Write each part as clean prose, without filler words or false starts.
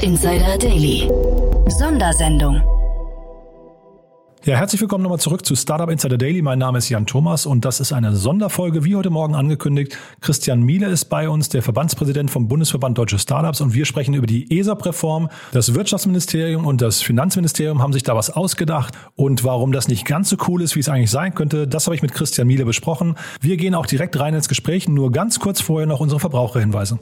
Insider Daily. Sondersendung. Ja, herzlich willkommen nochmal zurück zu Startup Insider Daily. Mein Name ist Jan Thomas und das ist eine Sonderfolge, wie heute Morgen angekündigt. Christian Miele ist bei uns, der Verbandspräsident vom Bundesverband Deutsche Startups, und wir sprechen über die ESOP-Reform. Das Wirtschaftsministerium und das Finanzministerium haben sich da was ausgedacht, und warum das nicht ganz so cool ist, wie es eigentlich sein könnte, das habe ich mit Christian Miele besprochen. Wir gehen auch direkt rein ins Gespräch, nur ganz kurz vorher noch unsere Verbraucherhinweise.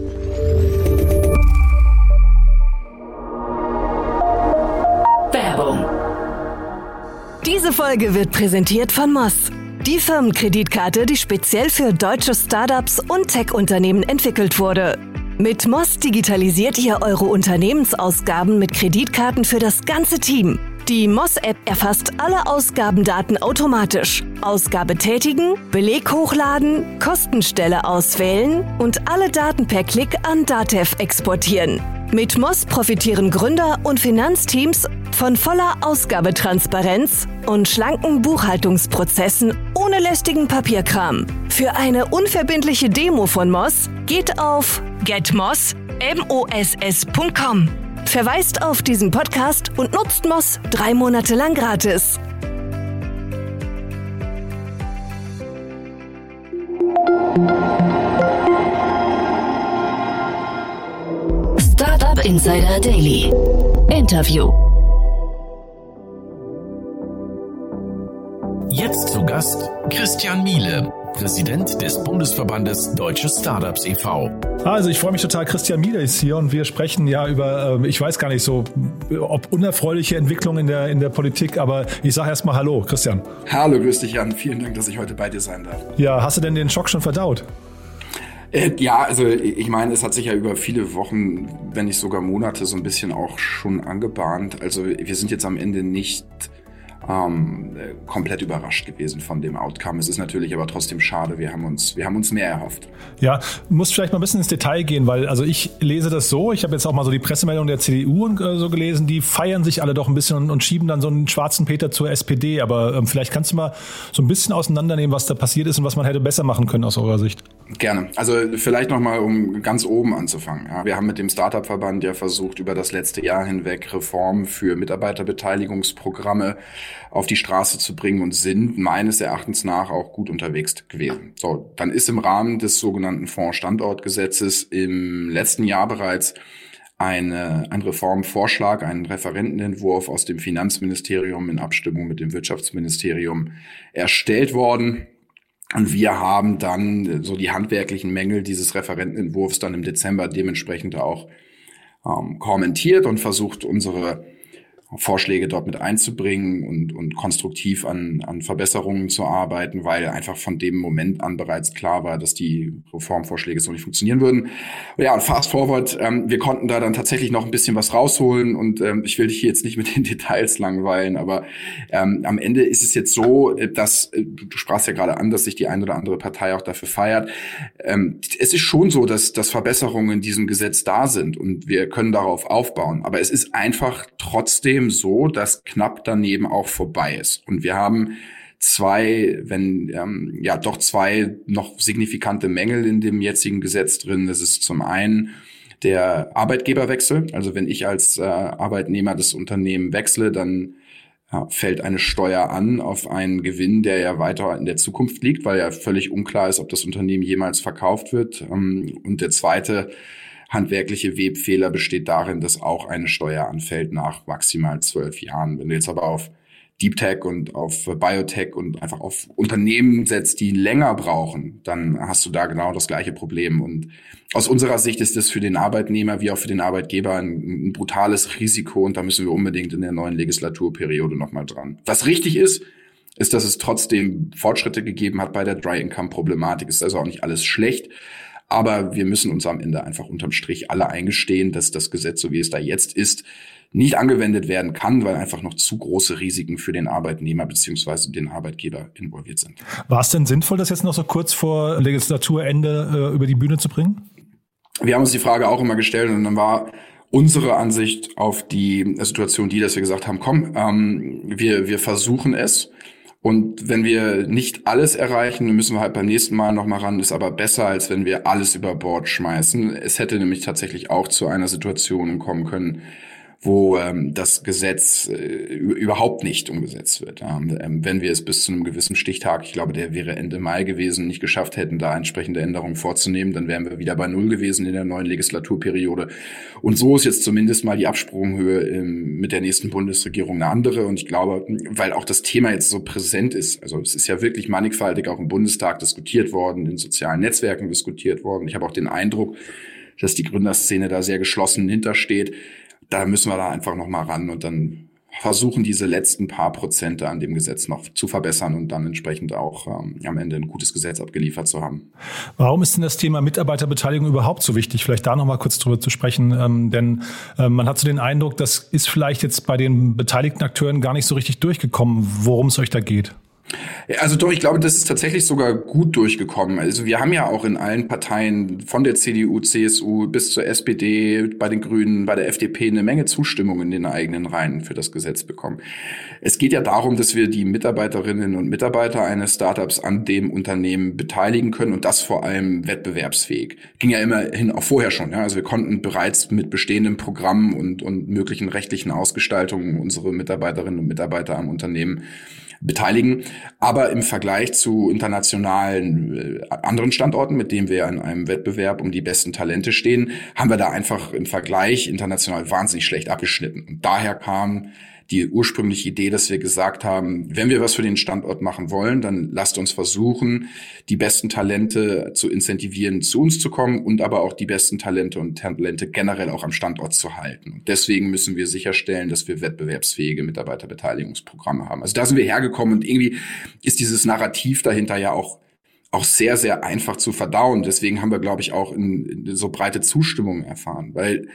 Werbung. Diese Folge wird präsentiert von Moss, die Firmenkreditkarte, die speziell für deutsche Startups und Tech-Unternehmen entwickelt wurde. Mit Moss digitalisiert ihr eure Unternehmensausgaben mit Kreditkarten für das ganze Team. Die Moss-App erfasst alle Ausgabendaten automatisch. Ausgabe tätigen, Beleg hochladen, Kostenstelle auswählen und alle Daten per Klick an Datev exportieren. Mit Moss profitieren Gründer und Finanzteams von voller Ausgabetransparenz und schlanken Buchhaltungsprozessen ohne lästigen Papierkram. Für eine unverbindliche Demo von Moss geht auf getmoss.com. Verweist auf diesen Podcast und nutzt Moss 3 Monate lang gratis. Startup Insider Daily. Interview. Jetzt zu Gast Christian Miele, Präsident des Bundesverbandes Deutsche Startups e.V. Also ich freue mich total, Christian Miele ist hier und wir sprechen ja über, ich weiß gar nicht so, ob unerfreuliche Entwicklungen in der Politik, aber ich sage erstmal Hallo, Christian. Hallo, grüß dich, Jan. Vielen Dank, dass ich heute bei dir sein darf. Ja, hast du denn den Schock schon verdaut? Ja, also ich meine, es hat sich ja über viele Wochen, wenn nicht sogar Monate, so ein bisschen auch schon angebahnt. Also wir sind jetzt am Ende nicht komplett überrascht gewesen von dem Outcome. Es ist natürlich aber trotzdem schade. Wir haben uns mehr erhofft. Ja, muss vielleicht mal ein bisschen ins Detail gehen, weil also ich lese das so, ich habe jetzt auch mal so die Pressemeldung der CDU und so gelesen, die feiern sich alle doch ein bisschen und schieben dann so einen schwarzen Peter zur SPD. Aber vielleicht kannst du mal so ein bisschen auseinandernehmen, was da passiert ist und was man hätte besser machen können aus eurer Sicht. Gerne. Also vielleicht nochmal, um ganz oben anzufangen. Ja, wir haben mit dem Startup-Verband ja versucht, über das letzte Jahr hinweg Reformen für Mitarbeiterbeteiligungsprogramme auf die Straße zu bringen und sind meines Erachtens nach auch gut unterwegs gewesen. So, dann ist im Rahmen des sogenannten Fonds-Standortgesetzes im letzten Jahr bereits ein Reformvorschlag, ein Referentenentwurf aus dem Finanzministerium in Abstimmung mit dem Wirtschaftsministerium erstellt worden. Und wir haben dann so die handwerklichen Mängel dieses Referentenentwurfs dann im Dezember dementsprechend auch kommentiert und versucht, unsere Vorschläge dort mit einzubringen und konstruktiv an Verbesserungen zu arbeiten, weil einfach von dem Moment an bereits klar war, dass die Reformvorschläge so nicht funktionieren würden. Ja, und fast forward, wir konnten da dann tatsächlich noch ein bisschen was rausholen und ich will dich hier jetzt nicht mit den Details langweilen, aber am Ende ist es jetzt so, dass, du sprachst ja gerade an, dass sich die eine oder andere Partei auch dafür feiert. Es ist schon so, dass Verbesserungen in diesem Gesetz da sind und wir können darauf aufbauen, aber es ist einfach trotzdem so, dass knapp daneben auch vorbei ist. Und wir haben zwei noch signifikante Mängel in dem jetzigen Gesetz drin. Das ist zum einen der Arbeitgeberwechsel. Also wenn ich als Arbeitnehmer das Unternehmen wechsle, dann fällt eine Steuer an auf einen Gewinn, der ja weiter in der Zukunft liegt, weil ja völlig unklar ist, ob das Unternehmen jemals verkauft wird. Und der zweite handwerkliche Webfehler besteht darin, dass auch eine Steuer anfällt nach maximal 12 Jahren. Wenn du jetzt aber auf Deep Tech und auf Biotech und einfach auf Unternehmen setzt, die länger brauchen, dann hast du da genau das gleiche Problem. Und aus unserer Sicht ist das für den Arbeitnehmer wie auch für den Arbeitgeber ein brutales Risiko und da müssen wir unbedingt in der neuen Legislaturperiode nochmal dran. Was richtig ist, dass es trotzdem Fortschritte gegeben hat bei der Dry-Income-Problematik. Ist also auch nicht alles schlecht. Aber wir müssen uns am Ende einfach unterm Strich alle eingestehen, dass das Gesetz, so wie es da jetzt ist, nicht angewendet werden kann, weil einfach noch zu große Risiken für den Arbeitnehmer bzw. den Arbeitgeber involviert sind. War es denn sinnvoll, das jetzt noch so kurz vor Legislaturende über die Bühne zu bringen? Wir haben uns die Frage auch immer gestellt und dann war unsere Ansicht auf die Situation die, dass wir gesagt haben, komm, wir versuchen es. Und wenn wir nicht alles erreichen, dann müssen wir halt beim nächsten Mal nochmal ran. Ist aber besser, als wenn wir alles über Bord schmeißen. Es hätte nämlich tatsächlich auch zu einer Situation kommen können, wo das Gesetz überhaupt nicht umgesetzt wird. Wenn wir es bis zu einem gewissen Stichtag, ich glaube, der wäre Ende Mai gewesen, nicht geschafft hätten, da entsprechende Änderungen vorzunehmen, dann wären wir wieder bei Null gewesen in der neuen Legislaturperiode. Und so ist jetzt zumindest mal die Absprunghöhe mit der nächsten Bundesregierung eine andere. Und ich glaube, weil auch das Thema jetzt so präsent ist, also es ist ja wirklich mannigfaltig auch im Bundestag diskutiert worden, in sozialen Netzwerken diskutiert worden. Ich habe auch den Eindruck, dass die Gründerszene da sehr geschlossen hintersteht. Da müssen wir da einfach noch mal ran und dann versuchen, diese letzten paar Prozente an dem Gesetz noch zu verbessern und dann entsprechend auch am Ende ein gutes Gesetz abgeliefert zu haben. Warum ist denn das Thema Mitarbeiterbeteiligung überhaupt so wichtig? Vielleicht da noch mal kurz drüber zu sprechen, denn man hat so den Eindruck, das ist vielleicht jetzt bei den beteiligten Akteuren gar nicht so richtig durchgekommen, worum es euch da geht. Also doch, ich glaube, das ist tatsächlich sogar gut durchgekommen. Also wir haben ja auch in allen Parteien, von der CDU, CSU bis zur SPD, bei den Grünen, bei der FDP eine Menge Zustimmung in den eigenen Reihen für das Gesetz bekommen. Es geht ja darum, dass wir die Mitarbeiterinnen und Mitarbeiter eines Startups an dem Unternehmen beteiligen können und das vor allem wettbewerbsfähig. Ging ja immerhin auch vorher schon. Ja? Also wir konnten bereits mit bestehenden Programmen und möglichen rechtlichen Ausgestaltungen unsere Mitarbeiterinnen und Mitarbeiter am Unternehmen beteiligen. Aber im Vergleich zu internationalen anderen Standorten, mit denen wir in einem Wettbewerb um die besten Talente stehen, haben wir da einfach im Vergleich international wahnsinnig schlecht abgeschnitten. Und daher kam die ursprüngliche Idee, dass wir gesagt haben, wenn wir was für den Standort machen wollen, dann lasst uns versuchen, die besten Talente zu incentivieren, zu uns zu kommen und aber auch die besten Talente und Talente generell auch am Standort zu halten. Und deswegen müssen wir sicherstellen, dass wir wettbewerbsfähige Mitarbeiterbeteiligungsprogramme haben. Also da sind wir hergekommen und irgendwie ist dieses Narrativ dahinter ja auch sehr, sehr einfach zu verdauen. Deswegen haben wir, glaube ich, auch in so breite Zustimmung erfahren, weil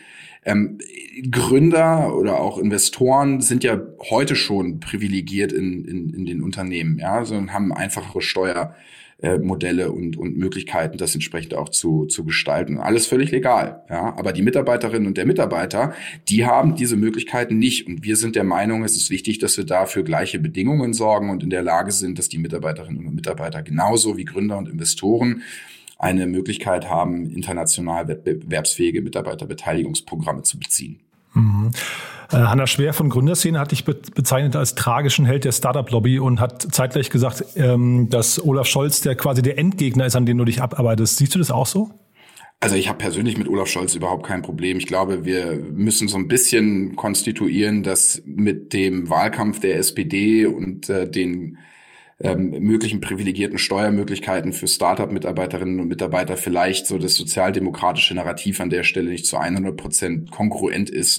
Gründer oder auch Investoren sind ja heute schon privilegiert in den Unternehmen, ja, sondern haben einfachere Steuermodelle und Möglichkeiten, das entsprechend auch zu gestalten. Alles völlig legal, ja. Aber die Mitarbeiterinnen und der Mitarbeiter, die haben diese Möglichkeiten nicht. Und wir sind der Meinung, es ist wichtig, dass wir dafür gleiche Bedingungen sorgen und in der Lage sind, dass die Mitarbeiterinnen und Mitarbeiter genauso wie Gründer und Investoren eine Möglichkeit haben, international wettbewerbsfähige Mitarbeiterbeteiligungsprogramme zu beziehen. Mhm. Hanna Schwer von Gründerszene hat dich bezeichnet als tragischen Held der Startup-Lobby und hat zeitgleich gesagt, dass Olaf Scholz der quasi der Endgegner ist, an den du dich abarbeitest. Siehst du das auch so? Also ich habe persönlich mit Olaf Scholz überhaupt kein Problem. Ich glaube, wir müssen so ein bisschen konstituieren, dass mit dem Wahlkampf der SPD und den möglichen privilegierten Steuermöglichkeiten für Startup-Mitarbeiterinnen und Mitarbeiter vielleicht so das sozialdemokratische Narrativ an der Stelle nicht zu 100% kongruent ist.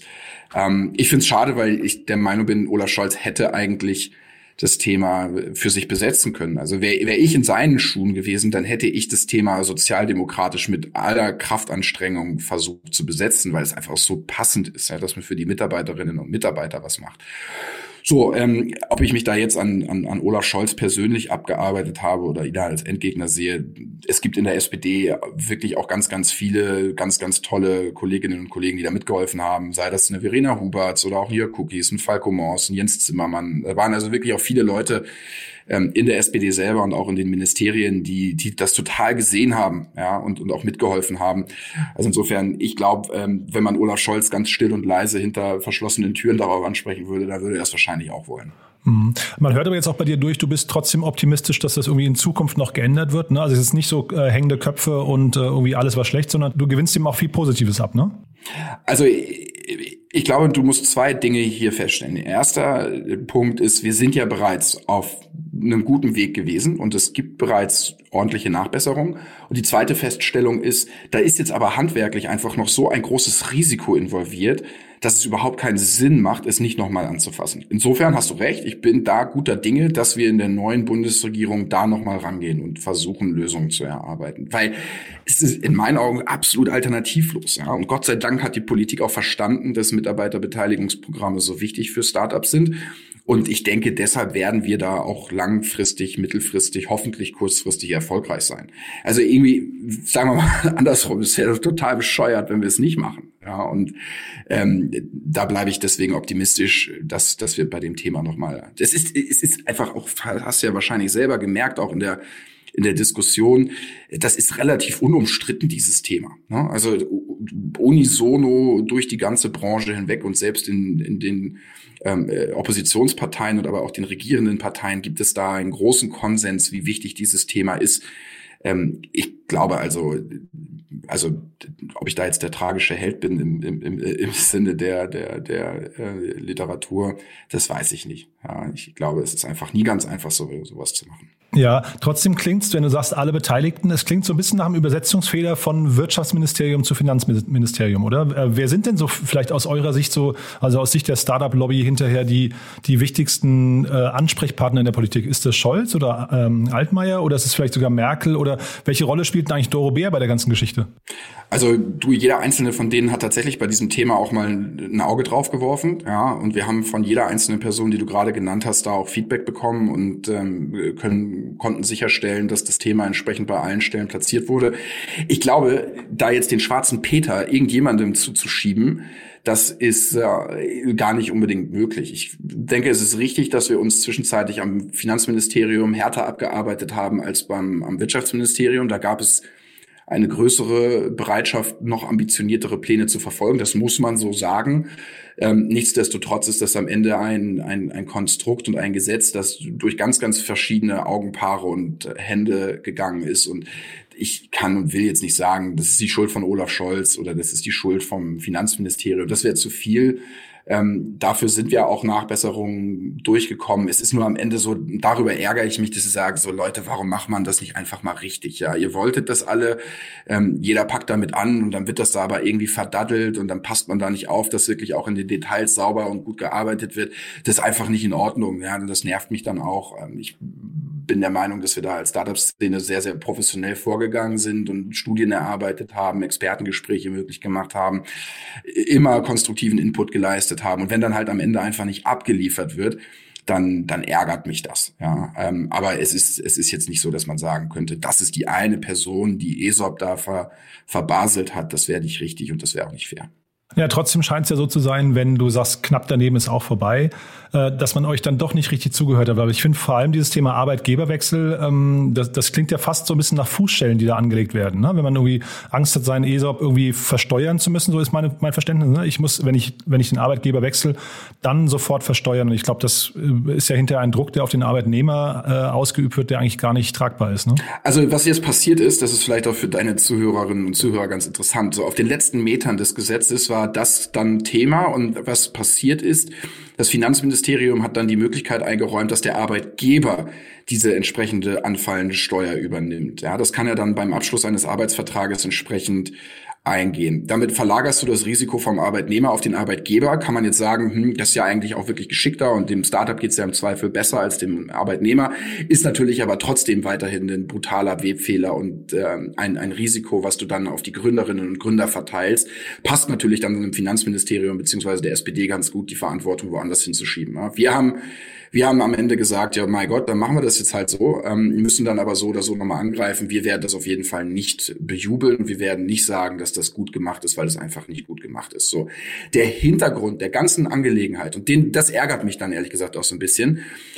Ich finde es schade, weil ich der Meinung bin, Olaf Scholz hätte eigentlich das Thema für sich besetzen können. Also wäre ich in seinen Schuhen gewesen, dann hätte ich das Thema sozialdemokratisch mit aller Kraftanstrengung versucht zu besetzen, weil es einfach so passend ist, ja, dass man für die Mitarbeiterinnen und Mitarbeiter was macht. So, ob ich mich da jetzt an Olaf Scholz persönlich abgearbeitet habe oder ihn als Endgegner sehe, es gibt in der SPD wirklich auch ganz, ganz viele, ganz, ganz tolle Kolleginnen und Kollegen, die da mitgeholfen haben, sei das eine Verena Huberts oder auch Jörg Cookies, ein Falco Mors, ein Jens Zimmermann. Da waren also wirklich auch viele Leute in der SPD selber und auch in den Ministerien, die das total gesehen haben, ja, und auch mitgeholfen haben. Also insofern, ich glaube, wenn man Olaf Scholz ganz still und leise hinter verschlossenen Türen darauf ansprechen würde, dann würde er es wahrscheinlich auch wollen. Man hört aber jetzt auch bei dir durch, du bist trotzdem optimistisch, dass das irgendwie in Zukunft noch geändert wird, ne? Also es ist nicht so hängende Köpfe und irgendwie alles war schlecht, sondern du gewinnst ihm auch viel Positives ab, ne? Also ich glaube, du musst zwei Dinge hier feststellen. Der erste Punkt ist, wir sind ja bereits auf einem guten Weg gewesen und es gibt bereits ordentliche Nachbesserungen. Und die zweite Feststellung ist, da ist jetzt aber handwerklich einfach noch so ein großes Risiko involviert, dass es überhaupt keinen Sinn macht, es nicht nochmal anzufassen. Insofern hast du recht, ich bin da guter Dinge, dass wir in der neuen Bundesregierung da nochmal rangehen und versuchen, Lösungen zu erarbeiten. Weil es ist in meinen Augen absolut alternativlos. Ja? Und Gott sei Dank hat die Politik auch verstanden, dass Mitarbeiterbeteiligungsprogramme so wichtig für Startups sind. Und ich denke, deshalb werden wir da auch langfristig, mittelfristig, hoffentlich kurzfristig erfolgreich sein. Also irgendwie, sagen wir mal andersrum, es wäre total bescheuert, wenn wir es nicht machen. Ja, Ja, und da bleibe ich deswegen optimistisch, dass wir bei dem Thema nochmal, es ist einfach auch, hast du ja wahrscheinlich selber gemerkt, auch in der Diskussion, das ist relativ unumstritten, dieses Thema. Ne? Also unisono durch die ganze Branche hinweg und selbst in den Oppositionsparteien und aber auch den regierenden Parteien gibt es da einen großen Konsens, wie wichtig dieses Thema ist. Ich glaube also, ob ich da jetzt der tragische Held bin im Sinne der Literatur, das weiß ich nicht. Ja, ich glaube, es ist einfach nie ganz einfach, sowas zu machen. Ja, trotzdem klingt's, wenn du sagst, alle Beteiligten, es klingt so ein bisschen nach einem Übersetzungsfehler von Wirtschaftsministerium zu Finanzministerium, oder? Wer sind denn so vielleicht aus eurer Sicht also aus Sicht der Startup-Lobby hinterher die wichtigsten Ansprechpartner in der Politik? Ist das Scholz oder Altmaier oder ist es vielleicht sogar Merkel oder welche Rolle spielt denn eigentlich Doro Bär bei der ganzen Geschichte? Also jeder einzelne von denen hat tatsächlich bei diesem Thema auch mal ein Auge drauf geworfen, ja, und wir haben von jeder einzelnen Person, die du gerade genannt hast, da auch Feedback bekommen und konnten sicherstellen, dass das Thema entsprechend bei allen Stellen platziert wurde. Ich glaube, da jetzt den schwarzen Peter irgendjemandem zuzuschieben, das ist gar nicht unbedingt möglich. Ich denke, es ist richtig, dass wir uns zwischenzeitlich am Finanzministerium härter abgearbeitet haben als am Wirtschaftsministerium. Da gab es eine größere Bereitschaft, noch ambitioniertere Pläne zu verfolgen. Das muss man so sagen. Nichtsdestotrotz ist das am Ende ein Konstrukt und ein Gesetz, das durch ganz, ganz verschiedene Augenpaare und Hände gegangen ist. Und ich kann und will jetzt nicht sagen, das ist die Schuld von Olaf Scholz oder das ist die Schuld vom Finanzministerium. Das wäre zu viel. Dafür sind wir auch Nachbesserungen durchgekommen. Es ist nur am Ende so, darüber ärgere ich mich, dass ich sage, so Leute, warum macht man das nicht einfach mal richtig? Ja, ihr wolltet das alle, jeder packt damit an und dann wird das da aber irgendwie verdaddelt und dann passt man da nicht auf, dass wirklich auch in den Details sauber und gut gearbeitet wird. Das ist einfach nicht in Ordnung. Ja, und das nervt mich dann auch. Ich bin der Meinung, dass wir da als Startup-Szene sehr, sehr professionell vorgegangen sind und Studien erarbeitet haben, Expertengespräche möglich gemacht haben, immer konstruktiven Input geleistet haben. Und wenn dann halt am Ende einfach nicht abgeliefert wird, dann ärgert mich das. Ja, aber es ist jetzt nicht so, dass man sagen könnte, das ist die eine Person, die ESOP da verbaselt hat. Das wäre nicht richtig und das wäre auch nicht fair. Ja, trotzdem scheint es ja so zu sein, wenn du sagst, knapp daneben ist auch vorbei, dass man euch dann doch nicht richtig zugehört hat. Aber ich finde vor allem dieses Thema Arbeitgeberwechsel, das klingt ja fast so ein bisschen nach Fußstellen, die da angelegt werden. Ne? Wenn man irgendwie Angst hat, seinen ESOP irgendwie versteuern zu müssen, so ist mein Verständnis. Ne? Ich muss, wenn ich den Arbeitgeber wechsle, dann sofort versteuern. Und ich glaube, das ist ja hinterher ein Druck, der auf den Arbeitnehmer ausgeübt wird, der eigentlich gar nicht tragbar ist. Ne? Also was jetzt passiert ist, das ist vielleicht auch für deine Zuhörerinnen und Zuhörer ganz interessant. So auf den letzten Metern des Gesetzes war das dann Thema und was passiert ist, das Finanzministerium hat dann die Möglichkeit eingeräumt, dass der Arbeitgeber diese entsprechende anfallende Steuer übernimmt. Ja, das kann er dann beim Abschluss eines Arbeitsvertrages entsprechend eingehen. Damit verlagerst du das Risiko vom Arbeitnehmer auf den Arbeitgeber. Kann man jetzt sagen, das ist ja eigentlich auch wirklich geschickter und dem Startup geht es ja im Zweifel besser als dem Arbeitnehmer. Ist natürlich aber trotzdem weiterhin ein brutaler Webfehler und ein Risiko, was du dann auf die Gründerinnen und Gründer verteilst. Passt natürlich dann im Finanzministerium beziehungsweise der SPD ganz gut, die Verantwortung woanders hinzuschieben. Wir haben am Ende gesagt, ja, mein Gott, dann machen wir das jetzt halt so, müssen dann aber so oder so nochmal angreifen. Wir werden das auf jeden Fall nicht bejubeln. Wir werden nicht sagen, dass das gut gemacht ist, weil es einfach nicht gut gemacht ist. So, der Hintergrund der ganzen Angelegenheit, und das ärgert mich dann ehrlich gesagt auch so ein bisschen,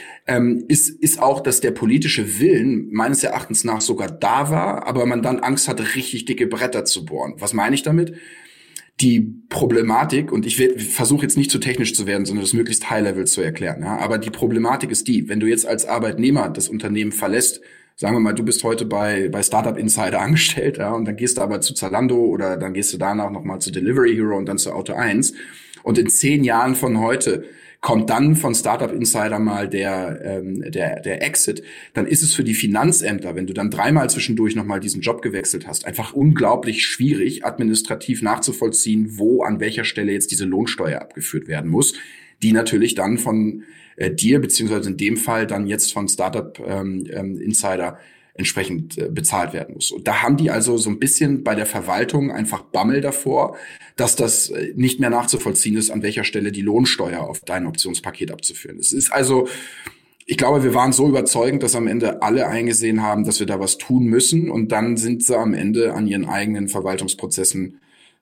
ist auch, dass der politische Willen meines Erachtens nach sogar da war, aber man dann Angst hatte, richtig dicke Bretter zu bohren. Was meine ich damit? Die Problematik, und ich versuche jetzt nicht zu technisch zu werden, sondern das möglichst High-Level zu erklären. Ja? Aber die Problematik ist die, wenn du jetzt als Arbeitnehmer das Unternehmen verlässt, sagen wir mal, du bist heute bei Startup Insider angestellt, ja, und dann gehst du aber zu Zalando oder dann gehst du danach nochmal zu Delivery Hero und dann zu Auto 1. Und in 10 Jahren von heute kommt dann von Startup Insider mal der Exit, dann ist es für die Finanzämter, wenn du dann 3-mal zwischendurch nochmal diesen Job gewechselt hast, einfach unglaublich schwierig, administrativ nachzuvollziehen, wo an welcher Stelle jetzt diese Lohnsteuer abgeführt werden muss, die natürlich dann von dir, beziehungsweise in dem Fall dann jetzt von Startup Insider entsprechend bezahlt werden muss. Und da haben die also so ein bisschen bei der Verwaltung einfach Bammel davor, dass das nicht mehr nachzuvollziehen ist, an welcher Stelle die Lohnsteuer auf dein Optionspaket abzuführen ist. Es ist also, ich glaube, wir waren so überzeugend, dass am Ende alle eingesehen haben, dass wir da was tun müssen. Und dann sind sie am Ende an ihren eigenen Verwaltungsprozessen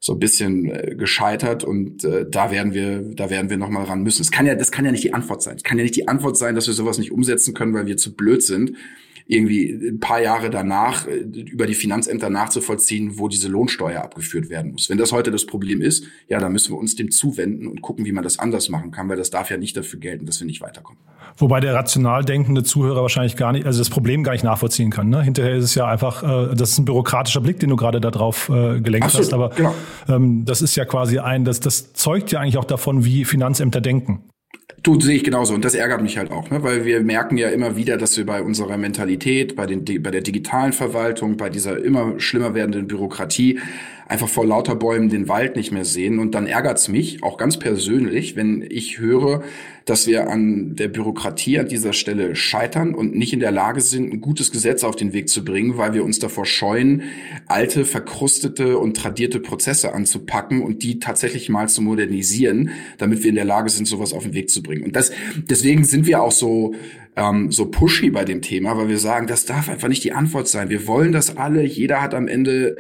so ein bisschen gescheitert und da werden wir noch mal ran müssen. Das kann ja nicht die Antwort sein. Es kann ja nicht die Antwort sein, dass wir sowas nicht umsetzen können, weil wir zu blöd sind, irgendwie ein paar Jahre danach über die Finanzämter nachzuvollziehen, wo diese Lohnsteuer abgeführt werden muss. Wenn das heute das Problem ist, ja, dann müssen wir uns dem zuwenden und gucken, wie man das anders machen kann, weil das darf ja nicht dafür gelten, dass wir nicht weiterkommen. Wobei der rational denkende Zuhörer wahrscheinlich gar nicht, also das Problem gar nicht nachvollziehen kann. Ne? Hinterher ist es ja einfach, das ist ein bürokratischer Blick, den du gerade da drauf gelenkt Absolut, hast. Aber genau. Das ist ja quasi das zeugt ja eigentlich auch davon, wie Finanzämter denken. Sehe ich genauso. Und das ärgert mich halt auch, ne? Weil wir merken ja immer wieder, dass wir bei unserer Mentalität, bei der digitalen Verwaltung, bei dieser immer schlimmer werdenden Bürokratie einfach vor lauter Bäumen den Wald nicht mehr sehen. Und dann ärgert's mich auch ganz persönlich, wenn ich höre, dass wir an der Bürokratie an dieser Stelle scheitern und nicht in der Lage sind, ein gutes Gesetz auf den Weg zu bringen, weil wir uns davor scheuen, alte, verkrustete und tradierte Prozesse anzupacken und die tatsächlich mal zu modernisieren, damit wir in der Lage sind, sowas auf den Weg zu bringen. Und deswegen sind wir auch so pushy bei dem Thema, weil wir sagen, das darf einfach nicht die Antwort sein. Wir wollen das alle. Jeder hat am Ende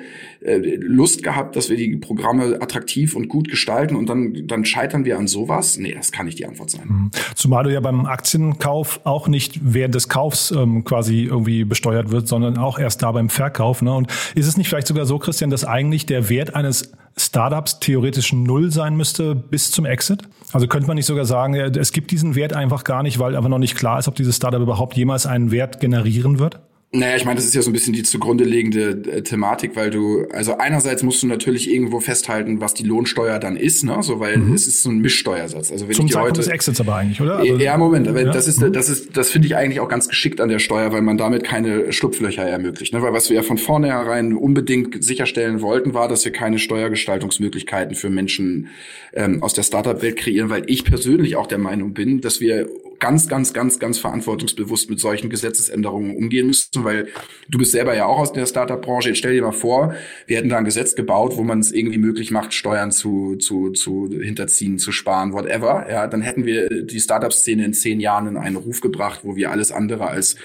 Lust gehabt, dass wir die Programme attraktiv und gut gestalten und dann scheitern wir an sowas. Nee, das kann nicht die Antwort sein. Zumal du ja beim Aktienkauf auch nicht während des Kaufs quasi irgendwie besteuert wird, sondern auch erst da beim Verkauf. Ne? Und ist es nicht vielleicht sogar so, Christian, dass eigentlich der Wert eines Startups theoretisch 0 sein müsste bis zum Exit? Also könnte man nicht sogar sagen, es gibt diesen Wert einfach gar nicht, weil aber noch nicht klar ist, ob dieses Startup überhaupt jemals einen Wert generieren wird? Naja, ich meine, das ist ja so ein bisschen die zugrunde liegende Thematik, weil also einerseits musst du natürlich irgendwo festhalten, was die Lohnsteuer dann ist, ne, so, weil es ist so ein Mischsteuersatz. Also wenn zum ich die Zeitpunkt heute des Exits aber eigentlich, oder? Also, ja, Moment, aber ja. das finde ich eigentlich auch ganz geschickt an der Steuer, weil man damit keine Schlupflöcher ermöglicht, ne, weil was wir ja von vornherein unbedingt sicherstellen wollten, war, dass wir keine Steuergestaltungsmöglichkeiten für Menschen aus der Startup-Welt kreieren, weil ich persönlich auch der Meinung bin, dass wir ganz verantwortungsbewusst mit solchen Gesetzesänderungen umgehen müssen, weil du bist selber ja auch aus der Startup-Branche. Jetzt stell dir mal vor, wir hätten da ein Gesetz gebaut, wo man es irgendwie möglich macht, Steuern zu hinterziehen, zu sparen, whatever. Ja, dann hätten wir die Startup-Szene in 10 Jahren in einen Ruf gebracht, wo wir alles andere als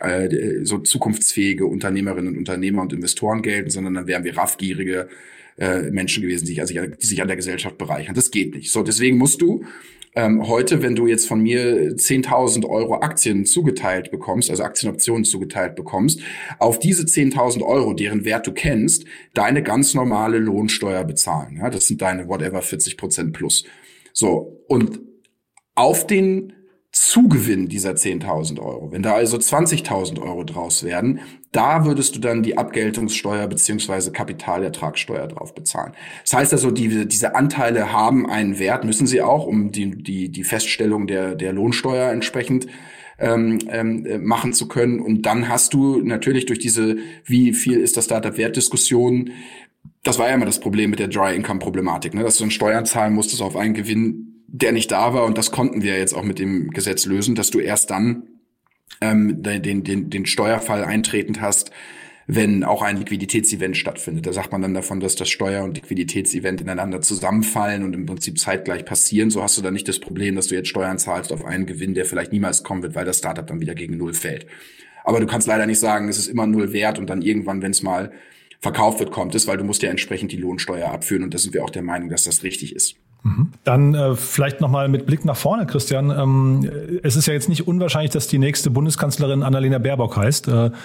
so zukunftsfähige Unternehmerinnen und Unternehmer und Investoren gelten, sondern dann wären wir raffgierige Menschen gewesen, die sich an der Gesellschaft bereichern. Das geht nicht. So, deswegen musst du heute, wenn du jetzt von mir 10.000 Euro Aktien zugeteilt bekommst, also Aktienoptionen zugeteilt bekommst, auf diese 10.000 Euro, deren Wert du kennst, deine ganz normale Lohnsteuer bezahlen. Ja, das sind deine whatever 40% plus. So, und auf den Zugewinn dieser 10.000 Euro, wenn da also 20.000 Euro draus werden, da würdest du dann die Abgeltungssteuer beziehungsweise Kapitalertragssteuer drauf bezahlen. Das heißt also, diese Anteile haben einen Wert, müssen sie auch, um die Feststellung der Lohnsteuer entsprechend machen zu können. Und dann hast du natürlich durch diese, wie viel ist das Startup-Wert-Diskussion, das war ja immer das Problem mit der Dry-Income-Problematik, ne? Dass du einen Steuern zahlen musstest auf einen Gewinn, der nicht da war, und das konnten wir jetzt auch mit dem Gesetz lösen, dass du erst dann den Steuerfall eintretend hast, wenn auch ein Liquiditätsevent stattfindet. Da sagt man dann davon, dass das Steuer- und Liquiditätsevent ineinander zusammenfallen und im Prinzip zeitgleich passieren. So hast du dann nicht das Problem, dass du jetzt Steuern zahlst auf einen Gewinn, der vielleicht niemals kommen wird, weil das Startup dann wieder gegen 0 fällt. Aber du kannst leider nicht sagen, es ist immer 0 wert und dann irgendwann, wenn es mal verkauft wird, kommt es, weil du musst ja entsprechend die Lohnsteuer abführen, und da sind wir auch der Meinung, dass das richtig ist. Dann vielleicht nochmal mit Blick nach vorne, Christian. Es ist ja jetzt nicht unwahrscheinlich, dass die nächste Bundeskanzlerin Annalena Baerbock heißt.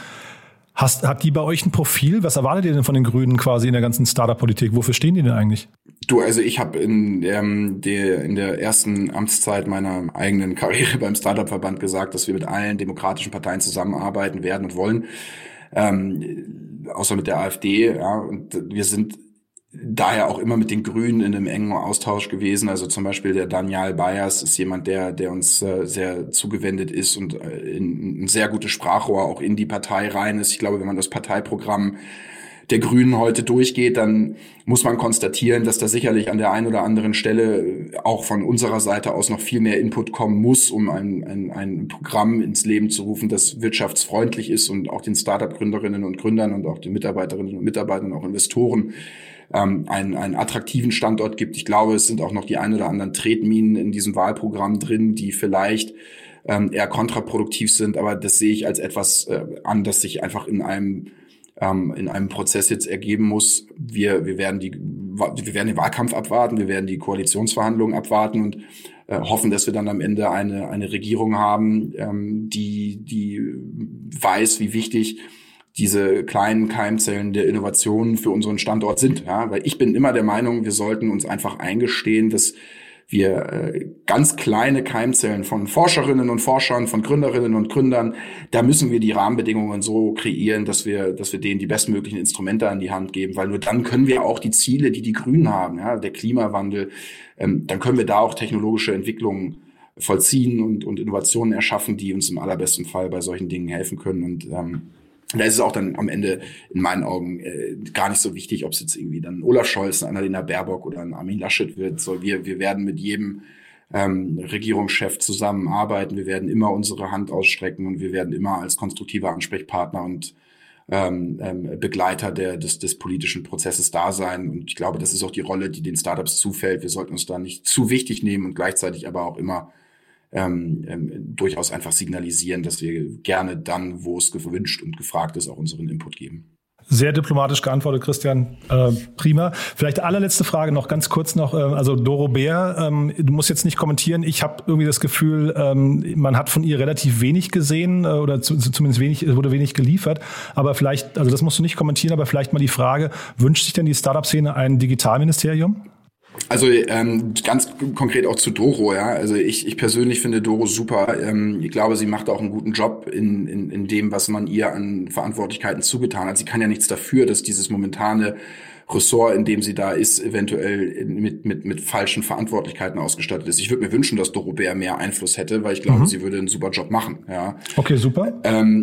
Hat die bei euch ein Profil? Was erwartet ihr denn von den Grünen quasi in der ganzen Startup-Politik? Wofür stehen die denn eigentlich? Du, also ich habe in der ersten Amtszeit meiner eigenen Karriere beim Startup-Verband gesagt, dass wir mit allen demokratischen Parteien zusammenarbeiten werden und wollen, außer mit der AfD. Ja, und wir sind daher auch immer mit den Grünen in einem engen Austausch gewesen. Also zum Beispiel der Daniel Bayers ist jemand, der uns sehr zugewendet ist und ein sehr gutes Sprachrohr auch in die Partei rein ist. Ich glaube, wenn man das Parteiprogramm der Grünen heute durchgeht, dann muss man konstatieren, dass da sicherlich an der einen oder anderen Stelle auch von unserer Seite aus noch viel mehr Input kommen muss, um ein Programm ins Leben zu rufen, das wirtschaftsfreundlich ist und auch den Startup-Gründerinnen und Gründern und auch den Mitarbeiterinnen und Mitarbeitern und auch Investoren einen attraktiven Standort gibt. Ich glaube, es sind auch noch die ein oder anderen Tretminen in diesem Wahlprogramm drin, die vielleicht eher kontraproduktiv sind, aber das sehe ich als etwas an, das sich einfach in einem Prozess jetzt ergeben muss. Wir werden die werden den Wahlkampf abwarten, wir werden die Koalitionsverhandlungen abwarten und hoffen, dass wir dann am Ende eine Regierung haben, die weiß, wie wichtig diese kleinen Keimzellen der Innovationen für unseren Standort sind. Ja? Weil ich bin immer der Meinung, wir sollten uns einfach eingestehen, dass wir ganz kleine Keimzellen von Forscherinnen und Forschern, von Gründerinnen und Gründern, da müssen wir die Rahmenbedingungen so kreieren, dass wir denen die bestmöglichen Instrumente an die Hand geben, weil nur dann können wir auch die Ziele, die Grünen haben, ja, der Klimawandel, dann können wir da auch technologische Entwicklungen vollziehen und Innovationen erschaffen, die uns im allerbesten Fall bei solchen Dingen helfen können. Und da ist es auch dann am Ende in meinen Augen gar nicht so wichtig, ob es jetzt irgendwie dann Olaf Scholz, eine Annalena Baerbock oder ein Armin Laschet wird. So, wir werden mit jedem Regierungschef zusammenarbeiten. Wir werden immer unsere Hand ausstrecken und wir werden immer als konstruktiver Ansprechpartner und Begleiter des politischen Prozesses da sein. Und ich glaube, das ist auch die Rolle, die den Startups zufällt. Wir sollten uns da nicht zu wichtig nehmen und gleichzeitig aber auch immer durchaus einfach signalisieren, dass wir gerne dann, wo es gewünscht und gefragt ist, auch unseren Input geben. Sehr diplomatisch geantwortet, Christian. Prima. Vielleicht allerletzte Frage noch ganz kurz noch. Also Doro Bär, du musst jetzt nicht kommentieren. Ich habe irgendwie das Gefühl, man hat von ihr relativ wenig gesehen oder zumindest wurde wenig geliefert. Aber vielleicht, also das musst du nicht kommentieren, aber vielleicht mal die Frage, wünscht sich denn die Startup-Szene ein Digitalministerium? Also ganz konkret auch zu Doro, ja. Also ich persönlich finde Doro super. Ich glaube, sie macht auch einen guten Job in dem, was man ihr an Verantwortlichkeiten zugetan hat. Sie kann ja nichts dafür, dass dieses momentane Ressort, in dem sie da ist, eventuell mit falschen Verantwortlichkeiten ausgestattet ist. Ich würde mir wünschen, dass Doro Bär mehr Einfluss hätte, weil ich glaube, sie würde einen super Job machen. Ja. Okay, super.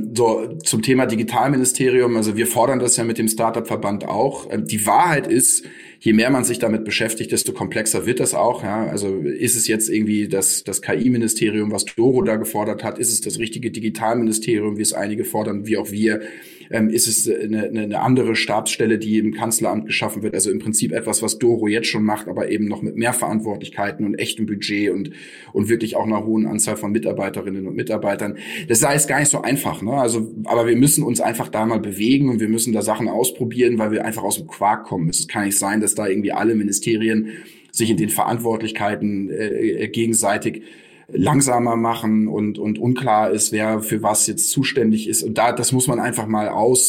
So zum Thema Digitalministerium. Also wir fordern das ja mit dem Startup-Verband auch. Die Wahrheit ist, je mehr man sich damit beschäftigt, desto komplexer wird das auch. Ja. Also ist es jetzt irgendwie das KI-Ministerium, was Doro da gefordert hat? Ist es das richtige Digitalministerium, wie es einige fordern, wie auch wir? Ist es eine andere Stabsstelle, die im Kanzleramt geschaffen wird? Also im Prinzip etwas, was Doro jetzt schon macht, aber eben noch mit mehr Verantwortlichkeiten und echtem Budget und wirklich auch einer hohen Anzahl von Mitarbeiterinnen und Mitarbeitern. Das sei es gar nicht so einfach, ne? Also, aber wir müssen uns einfach da mal bewegen und wir müssen da Sachen ausprobieren, weil wir einfach aus dem Quark kommen. Es kann nicht sein, dass da irgendwie alle Ministerien sich in den Verantwortlichkeiten gegenseitig langsamer machen und unklar ist, wer für was jetzt zuständig ist. Und das muss man einfach mal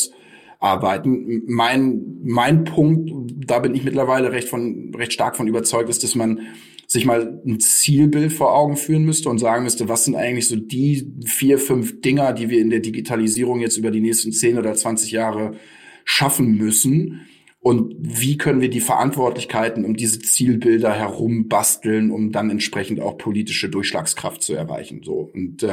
ausarbeiten. Mein Punkt, da bin ich mittlerweile recht stark von überzeugt, ist, dass man sich mal ein Zielbild vor Augen führen müsste und sagen müsste, was sind eigentlich so die 4, 5 Dinger, die wir in der Digitalisierung jetzt über die nächsten 10 oder 20 Jahre schaffen müssen. Und wie können wir die Verantwortlichkeiten um diese Zielbilder herum basteln, um dann entsprechend auch politische Durchschlagskraft zu erreichen? So. Und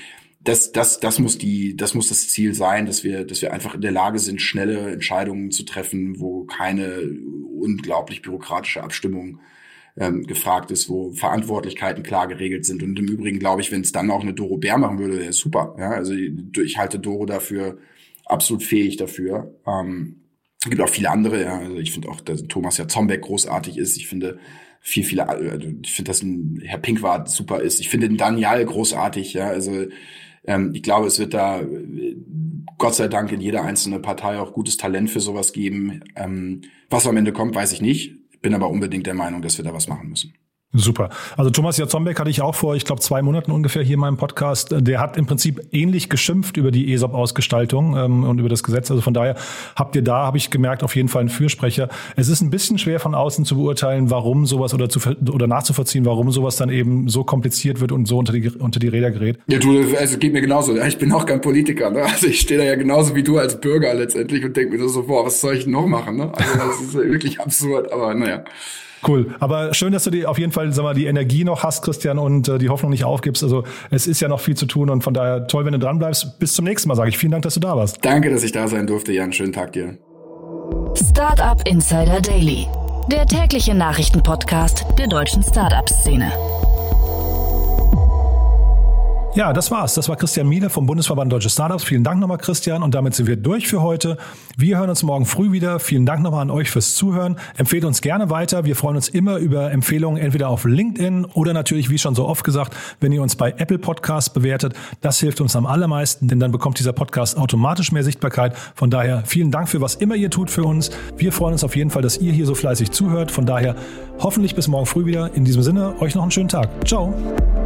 das muss das Ziel sein, dass wir einfach in der Lage sind, schnelle Entscheidungen zu treffen, wo keine unglaublich bürokratische Abstimmung gefragt ist, wo Verantwortlichkeiten klar geregelt sind. Und im Übrigen glaube ich, wenn es dann auch eine Doro Bär machen würde, wäre super. Ja? Also ich halte Doro dafür absolut fähig dafür. Es gibt auch viele andere, ja. Also ich finde auch, dass Thomas Jarzombeck großartig ist. Ich finde ich finde, dass ein Herr Pinkwart super ist. Ich finde den Daniel großartig, ja. Also ich glaube, es wird da Gott sei Dank in jeder einzelnen Partei auch gutes Talent für sowas geben. Was am Ende kommt, weiß ich nicht. Bin aber unbedingt der Meinung, dass wir da was machen müssen. Super. Also Thomas Jarzombeck hatte ich auch vor, ich glaube 2 Monaten ungefähr hier in meinem Podcast. Der hat im Prinzip ähnlich geschimpft über die ESOP-Ausgestaltung und über das Gesetz. Also von daher habe ich gemerkt, auf jeden Fall einen Fürsprecher. Es ist ein bisschen schwer von außen zu beurteilen, warum sowas oder nachzuvollziehen, warum sowas dann eben so kompliziert wird und so unter die Räder gerät. Ja, also geht mir genauso. Ich bin auch kein Politiker, ne? Also ich stehe da ja genauso wie du als Bürger letztendlich und denke mir so, boah, was soll ich noch machen, ne? Also das ist wirklich absurd, aber naja. Cool. Aber schön, dass du auf jeden Fall, die Energie noch hast, Christian, und die Hoffnung nicht aufgibst. Also es ist ja noch viel zu tun und von daher toll, wenn du dran bleibst. Bis zum nächsten Mal, sage ich. Vielen Dank, dass du da warst. Danke, dass ich da sein durfte, Jan. Schönen Tag dir. Startup Insider Daily, der tägliche Nachrichtenpodcast der deutschen Startup-Szene. Ja, das war's. Das war Christian Miele vom Bundesverband Deutsche Startups. Vielen Dank nochmal, Christian. Und damit sind wir durch für heute. Wir hören uns morgen früh wieder. Vielen Dank nochmal an euch fürs Zuhören. Empfehlt uns gerne weiter. Wir freuen uns immer über Empfehlungen, entweder auf LinkedIn oder natürlich, wie schon so oft gesagt, wenn ihr uns bei Apple Podcasts bewertet. Das hilft uns am allermeisten, denn dann bekommt dieser Podcast automatisch mehr Sichtbarkeit. Von daher vielen Dank für was immer ihr tut für uns. Wir freuen uns auf jeden Fall, dass ihr hier so fleißig zuhört. Von daher hoffentlich bis morgen früh wieder. In diesem Sinne, euch noch einen schönen Tag. Ciao.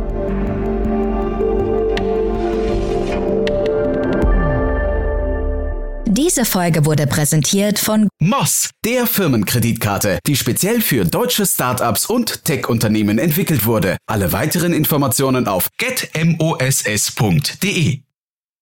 Diese Folge wurde präsentiert von Moss, der Firmenkreditkarte, die speziell für deutsche Startups und Tech-Unternehmen entwickelt wurde. Alle weiteren Informationen auf getmoss.de.